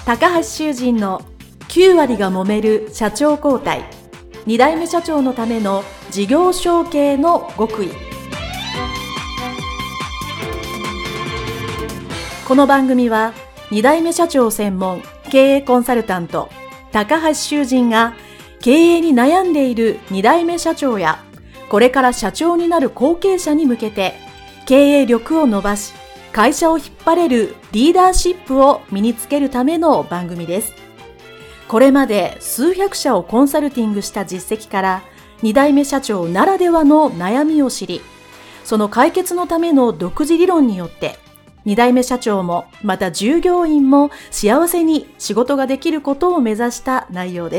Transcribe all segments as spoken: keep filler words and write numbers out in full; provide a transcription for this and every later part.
高橋修人のきゅう割が揉める社長交代、に代目社長のための事業承継の極意。この番組はに代目社長専門経営コンサルタント高橋修人が経営に悩んでいるに代目社長やこれから社長になる後継者に向けて経営力を伸ばし会社を引っ張れるリーダーシップを身につけるための番組です。これまで数百社をコンサルティングした実績からに代目社長ならではの悩みを知り、その解決のための独自理論によってに代目社長もまた従業員も幸せに仕事ができることを目指した内容です。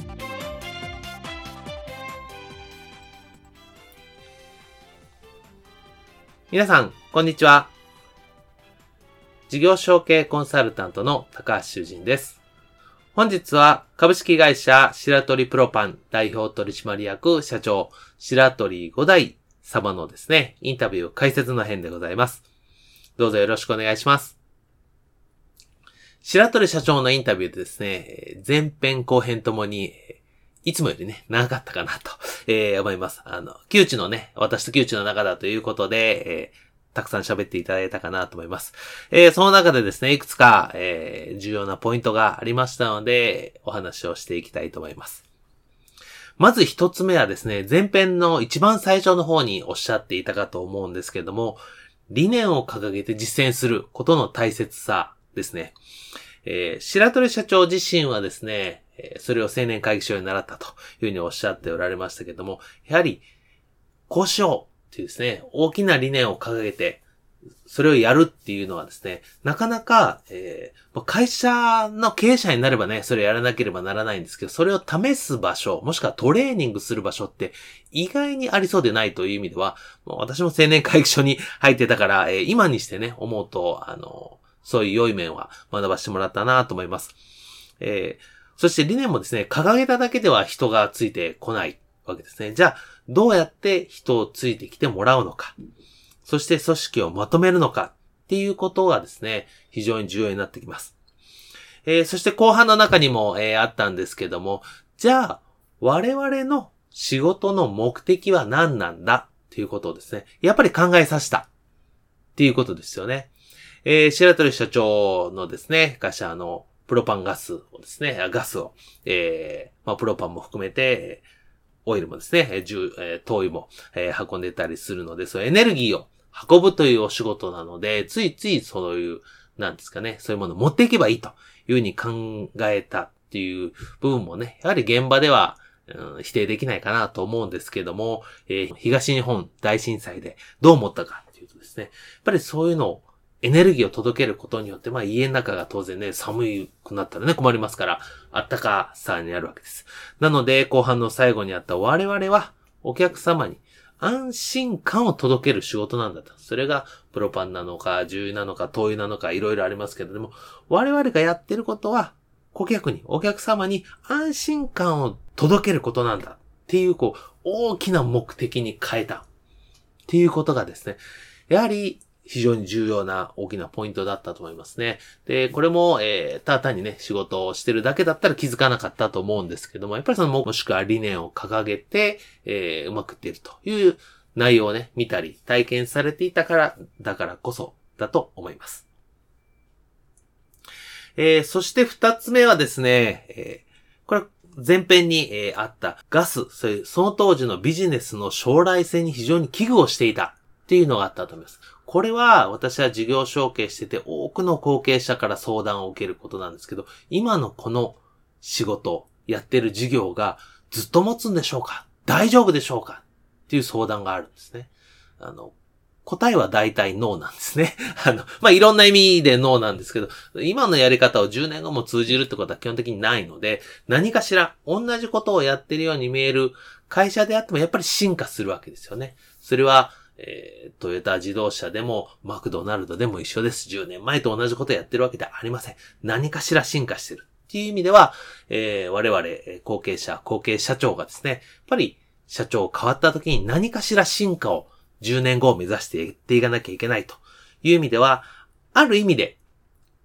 皆さん、こんにちは。事業承継コンサルタントの高橋修人です。本日は株式会社白鳥プロパン代表取締役社長白鳥五代様のですね、インタビュー解説の編でございます。どうぞよろしくお願いします。白鳥社長のインタビューでですね、前編後編ともにいつもよりね、長かったかなと、えー、思います。あの、窮地のね、私と窮地の中だということで、えー、たくさん喋っていただいたかなと思います。えー、その中でですね、いくつか、えー、重要なポイントがありましたので、お話をしていきたいと思います。まず一つ目はですね、前編の一番最初の方におっしゃっていたかと思うんですけれども、理念を掲げて実践することの大切さですね。えー、白鳥社長自身はですね、それを青年会議所に習ったというふうにおっしゃっておられましたけれども、やはり、こうしようっていうですね、大きな理念を掲げて、それをやるっていうのはですね、なかなか、えー、会社の経営者になればね、それをやらなければならないんですけど、それを試す場所、もしくはトレーニングする場所って意外にありそうでないという意味では、もう私も青年会議所に入ってたから、えー、今にしてね、思うと、あの、そういう良い面は学ばせてもらったなと思います。えー、そして理念もですね、掲げただけでは人がついてこないわけですね。じゃあ、どうやって人をついてきてもらうのか。そして組織をまとめるのかっていうことがですね、非常に重要になってきます。えー、そして後半の中にも、えー、あったんですけども、じゃあ、我々の仕事の目的は何なんだっていうことをですね、やっぱり考えさせたっていうことですよね。えー、白鳥社長のですね、会社のプロパンガスをですね、ガスを、えー、まあ、プロパンも含めて、オイルもですね、重、えー、灯油も、えー、運んでたりするので、そういうエネルギーを運ぶというお仕事なので、ついついそういう、なんですかね、そういうものを持っていけばいいというふうに考えたっていう部分もね、やはり現場では、うん、否定できないかなと思うんですけども、えー、東日本大震災でどう思ったかっていうとですね、やっぱりそういうのをエネルギーを届けることによって、まあ家の中が当然ね、寒くなったらね、困りますから、あったかさになるわけです。なので、後半の最後にあった我々は、お客様に安心感を届ける仕事なんだと。それが、プロパンなのか、重油なのか、灯油なのか、いろいろありますけれども、我々がやってることは、顧客に、お客様に安心感を届けることなんだ。っていう、こう、大きな目的に変えた。っていうことがですね、やはり、非常に重要な大きなポイントだったと思いますね。で、これも、えー、ただ単にね、仕事をしてるだけだったら気づかなかったと思うんですけども、やっぱりそのもしくは理念を掲げて、えー、うまくいっているという内容をね、見たり体験されていたから、だからこそだと思います。えー、そして二つ目はですね、えー、これ前編に、えー、あったガス、そういうその当時のビジネスの将来性に非常に危惧をしていたっていうのがあったと思います。これは私は事業承継してて多くの後継者から相談を受けることなんですけど、今のこの仕事、やってる事業がずっと持つんでしょうか？大丈夫でしょうか？っていう相談があるんですね。あの、答えは大体ノーなんですね。あの、まあ、いろんな意味でノーなんですけど、今のやり方をじゅうねんごも通じるってことは基本的にないので、何かしら同じことをやってるように見える会社であってもやっぱり進化するわけですよね。それは、えー、トヨタ自動車でもマクドナルドでも一緒です。じゅうねんまえと同じことをやってるわけではありません。何かしら進化してるっていう意味では、えー、我々後継者、後継社長がですね、やっぱり社長変わった時に何かしら進化をじゅうねんごを目指してやっていかなきゃいけないという意味では、ある意味で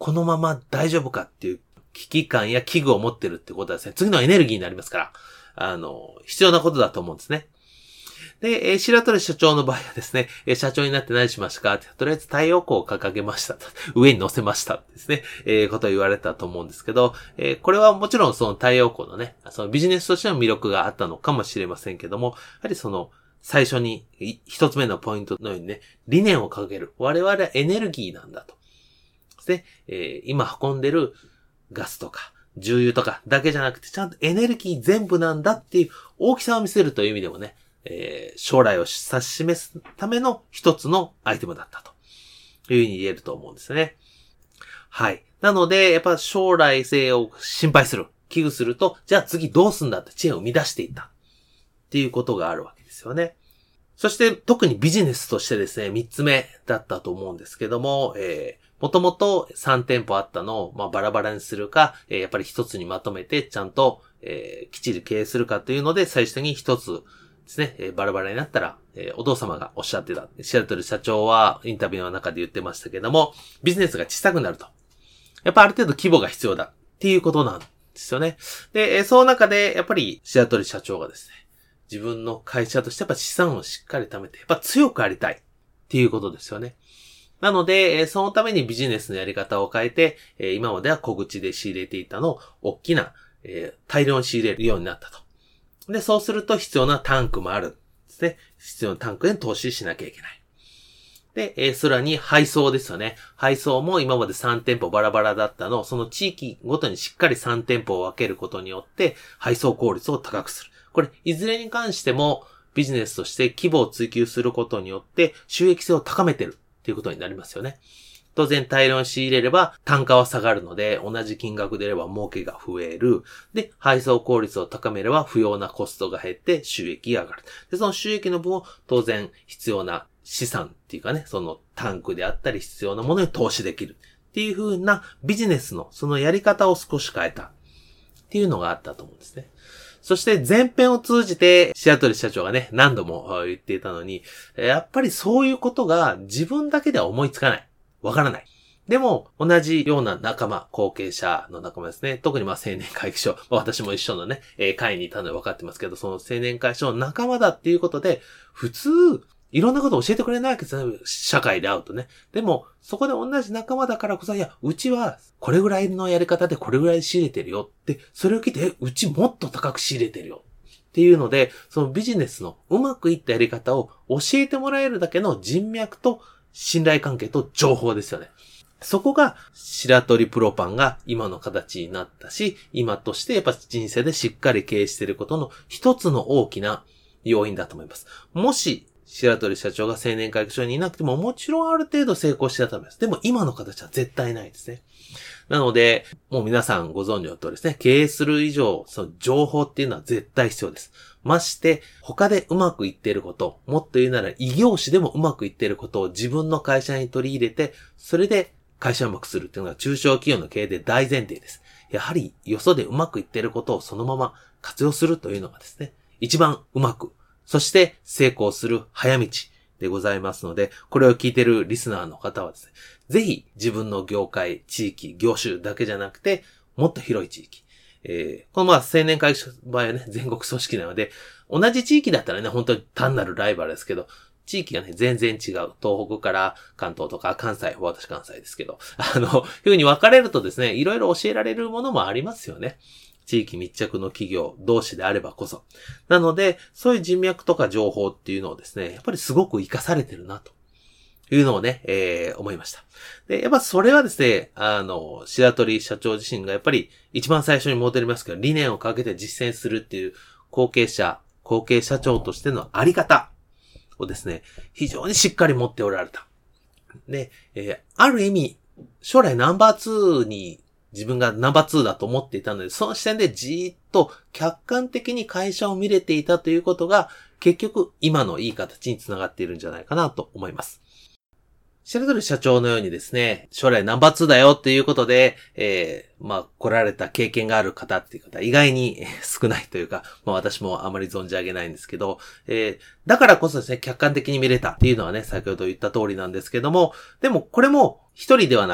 このまま大丈夫かっていう危機感や危惧を持ってるってことはですね、次のエネルギーになりますから、あの、必要なことだと思うんですね。で、えー、白鳥社長の場合はですね、えー、社長になって何しましたかって、とりあえず太陽光を掲げましたと。上に乗せましたですね、えー、ことを言われたと思うんですけど、えー、これはもちろんその太陽光のね、そのビジネスとしての魅力があったのかもしれませんけども、やはりその、最初に一つ目のポイントのようにね、理念を掲げる。我々はエネルギーなんだと。で、えー、今運んでるガスとか、重油とかだけじゃなくて、ちゃんとエネルギー全部なんだっていう大きさを見せるという意味でもね、えー、将来を指し示すための一つのアイテムだったというふうに言えると思うんですね。はい。なので、やっぱ将来性を心配する、危惧すると、じゃあ次どうすんだって知恵を生み出していったっていうことがあるわけですよね。そして特にビジネスとしてですね、三つ目だったと思うんですけども、えー、もともとさん店舗あったのを、まあ、バラバラにするか、えー、やっぱり一つにまとめてちゃんと、えー、きっちり経営するかというので、最終的に一つですね、えー、バラバラになったら、えー、お父様がおっしゃってた。白鳥社長はインタビューの中で言ってましたけども、ビジネスが小さくなると。やっぱある程度規模が必要だっていうことなんですよね。で、えー、その中でやっぱり白鳥社長がですね、自分の会社としてやっぱ資産をしっかり貯めて、やっぱ強くありたいっていうことですよね。なので、えー、そのためにビジネスのやり方を変えて、えー、今までは小口で仕入れていたのを大きな、えー、大量に仕入れるようになったと。で、そうすると必要なタンクもあるんですね。必要なタンクに投資しなきゃいけない。で、えー、さらに配送ですよね。配送も今までさん店舗バラバラだったのを、その地域ごとにしっかりさん店舗を分けることによって、配送効率を高くする。これ、いずれに関してもビジネスとして規模を追求することによって収益性を高めてるっていうことになりますよね。当然大量に仕入れれば単価は下がるので、同じ金額であれば儲けが増える。で、配送効率を高めれば不要なコストが減って収益が上がる。で、その収益の分を当然必要な資産っていうかね、そのタンクであったり必要なものに投資できるっていう風なビジネスのそのやり方を少し変えたっていうのがあったと思うんですね。そして前編を通じて白鳥社長がね、何度も言っていたのに、やっぱりそういうことが自分だけでは思いつかない。わからない。でも、同じような仲間、後継者の仲間ですね。特にまあ青年会議所、まあ、私も一緒のね、えー、会にいたので分かってますけど、その青年会議所の仲間だっていうことで、普通、いろんなことを教えてくれないわけですよね。社会で会うとね。でも、そこで同じ仲間だからこそ、いや、うちはこれぐらいのやり方でこれぐらい仕入れてるよって、それを聞いて、え、うちもっと高く仕入れてるよ。っていうので、そのビジネスのうまくいったやり方を教えてもらえるだけの人脈と信頼関係と情報ですよね。そこが白鳥プロパンが今の形になったし、今としてやっぱ人生でしっかり経営していることの一つの大きな要因だと思います。もし白鳥社長が青年会議所にいなくてももちろんある程度成功してたと思います。でも今の形は絶対ないですね。なので、もう皆さんご存知の通りですね、経営する以上、その情報っていうのは絶対必要です。まして、他でうまくいっていること、もっと言うなら異業種でもうまくいっていることを自分の会社に取り入れて、それで会社をうまくするっていうのが中小企業の経営で大前提です。やはり、よそでうまくいっていることをそのまま活用するというのがですね、一番うまく、そして成功する早道でございますので、これを聞いているリスナーの方はですね、ぜひ自分の業界、地域、業種だけじゃなくて、もっと広い地域。えー、このまあ青年会議所の場合はね、全国組織なので、同じ地域だったらね、本当に単なるライバルですけど、地域がね、全然違う。東北から関東とか関西、私関西ですけど、あの、いう風に分かれるとですね、いろいろ教えられるものもありますよね。地域密着の企業同士であればこそ。なので、そういう人脈とか情報っていうのをですね、やっぱりすごく活かされてるなと。いうのをね、えー、思いました。で、やっぱそれはですね、あの、白鳥社長自身がやっぱり一番最初に戻りますけど、理念をかけて実践するっていう後継者、後継社長としてのあり方をですね、非常にしっかり持っておられた。で、えー、ある意味、将来ナンバーツーに自分がナンバーツーだと思っていたので、その視点でじーっと客観的に会社を見れていたということが、結局今のいい形につながっているんじゃないかなと思います。白鳥社長のようにですね、将来ナンバーツーだよっていうことで、えー、まあ、来られた経験がある方っていう方は意外に少ないというか、まあ私もあまり存じ上げないんですけど、えー、だからこそですね、客観的に見れたっていうのはね、先ほど言った通りなんですけども、でもこれも一人ではなく、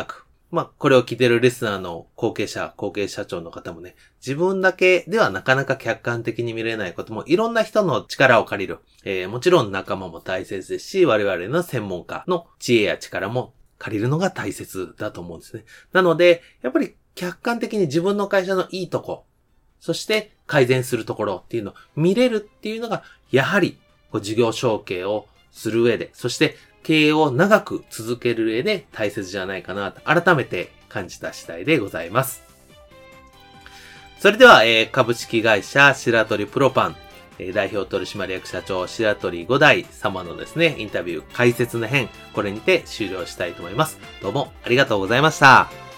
まあ、これを聞いてるリスナーの後継者、後継社長の方もね、自分だけではなかなか客観的に見れないことも、いろんな人の力を借りる。えー、もちろん仲間も大切ですし、我々の専門家の知恵や力も借りるのが大切だと思うんですね。なので、やっぱり客観的に自分の会社のいいとこ、そして改善するところっていうのを見れるっていうのが、やはりこう事業承継をする上で、そして経営を長く続ける上で大切じゃないかなと改めて感じた次第でございます。それでは、えー、株式会社白鳥プロパン、えー、代表取締役社長白鳥五代様のですね、インタビュー解説の編、これにて終了したいと思います。どうもありがとうございました。